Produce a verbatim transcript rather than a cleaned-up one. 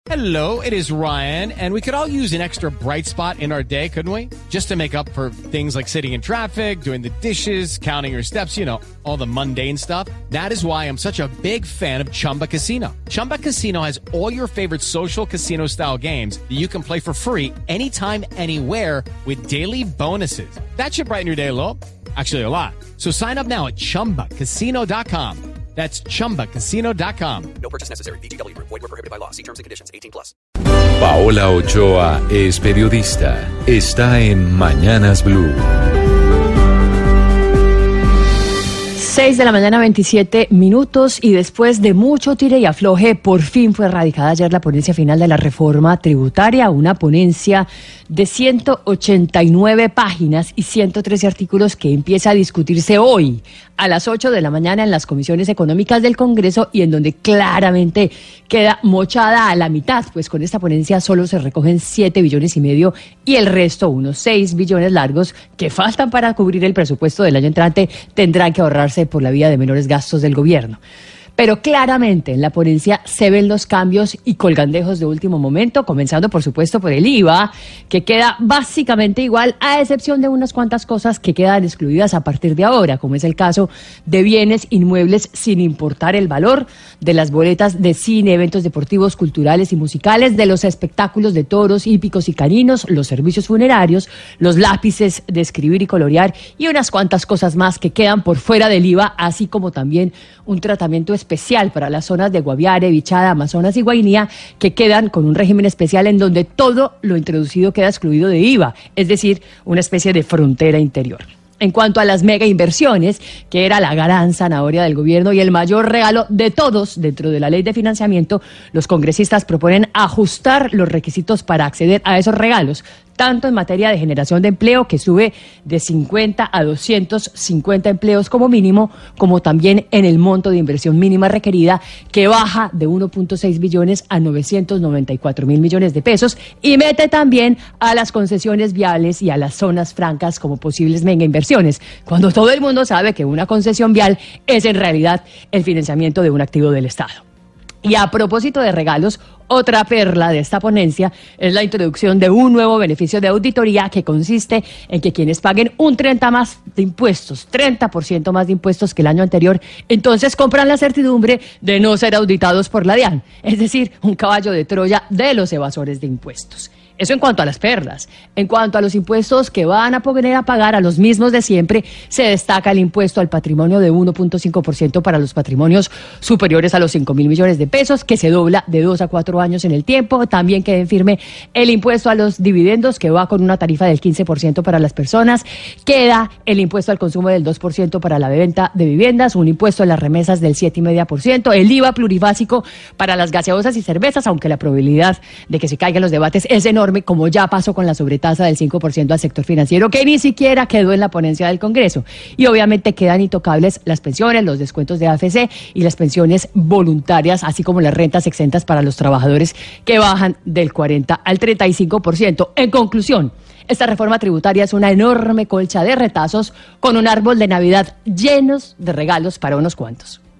Hello, it is Ryan, and we could all use an extra bright spot in our day, couldn't we? Just to make up for things like sitting in traffic, doing the dishes, counting your steps, you know, all the mundane stuff. That is why I'm such a big fan of Chumba Casino. Chumba Casino has all your favorite social casino-style games that you can play for free anytime, anywhere with daily bonuses. That should brighten your day a little. Actually, a lot. So sign up now at chumba casino dot com. That's chumba casino dot com. No purchase necessary. V G W Group. Void where prohibited by law. See terms and conditions. eighteen plus. Paola Ochoa es periodista. Está en Mañanas Blue. seis de la mañana, veintisiete minutos, y después de mucho tire y afloje, por fin fue radicada ayer la ponencia final de la reforma tributaria, una ponencia de ciento ochenta y nueve páginas y ciento trece artículos que empieza a discutirse hoy a las ocho de la mañana en las comisiones económicas del Congreso, y en donde claramente queda mochada a la mitad, pues con esta ponencia solo se recogen siete billones y medio y el resto, unos seis billones largos que faltan para cubrir el presupuesto del año entrante, tendrán que ahorrarse por la vía de menores gastos del gobierno. Pero claramente en la ponencia se ven los cambios y colgandejos de último momento, comenzando por supuesto por el I V A, que queda básicamente igual, a excepción de unas cuantas cosas que quedan excluidas a partir de ahora, como es el caso de bienes inmuebles sin importar el valor, de las boletas de cine, eventos deportivos, culturales y musicales, de los espectáculos de toros, hípicos y caninos, los servicios funerarios, los lápices de escribir y colorear y unas cuantas cosas más que quedan por fuera del I V A, así como también un tratamiento especial para las zonas de Guaviare, Bichada, Amazonas y Guainía, que quedan con un régimen especial en donde todo lo introducido queda excluido de I V A, es decir, una especie de frontera interior. En cuanto a las mega inversiones, que era la gran zanahoria del gobierno y el mayor regalo de todos dentro de la ley de financiamiento, los congresistas proponen ajustar los requisitos para acceder a esos regalos, tanto en materia de generación de empleo, que sube de cincuenta a doscientos cincuenta empleos como mínimo, como también en el monto de inversión mínima requerida, que baja de uno punto seis billones a novecientos noventa y cuatro mil millones de pesos, y mete también a las concesiones viales y a las zonas francas como posibles mega inversiones, cuando todo el mundo sabe que una concesión vial es en realidad el financiamiento de un activo del Estado. Y a propósito de regalos, otra perla de esta ponencia es la introducción de un nuevo beneficio de auditoría que consiste en que quienes paguen un treinta más de impuestos, treinta por ciento más de impuestos que el año anterior, entonces compran la certidumbre de no ser auditados por la DIAN, es decir, un caballo de Troya de los evasores de impuestos. Eso en cuanto a las perlas. En cuanto a los impuestos que van a poner a pagar a los mismos de siempre, se destaca el impuesto al patrimonio de uno punto cinco por ciento para los patrimonios superiores a los cinco mil millones de pesos, que se dobla de dos a cuatro años en el tiempo. También queda en firme el impuesto a los dividendos, que va con una tarifa del quince por ciento para las personas. Queda el impuesto al consumo del dos por ciento para la venta de viviendas, un impuesto a las remesas del siete coma cinco por ciento, el I V A pluribásico para las gaseosas y cervezas, aunque la probabilidad de que se caigan los debates es enorme, como ya pasó con la sobretasa del cinco por ciento al sector financiero, que ni siquiera quedó en la ponencia del Congreso. Y obviamente quedan intocables las pensiones, los descuentos de A F C y las pensiones voluntarias, así como las rentas exentas para los trabajadores, que bajan del cuarenta al treinta y cinco por ciento. En conclusión, esta reforma tributaria es una enorme colcha de retazos con un árbol de Navidad llenos de regalos para unos cuantos.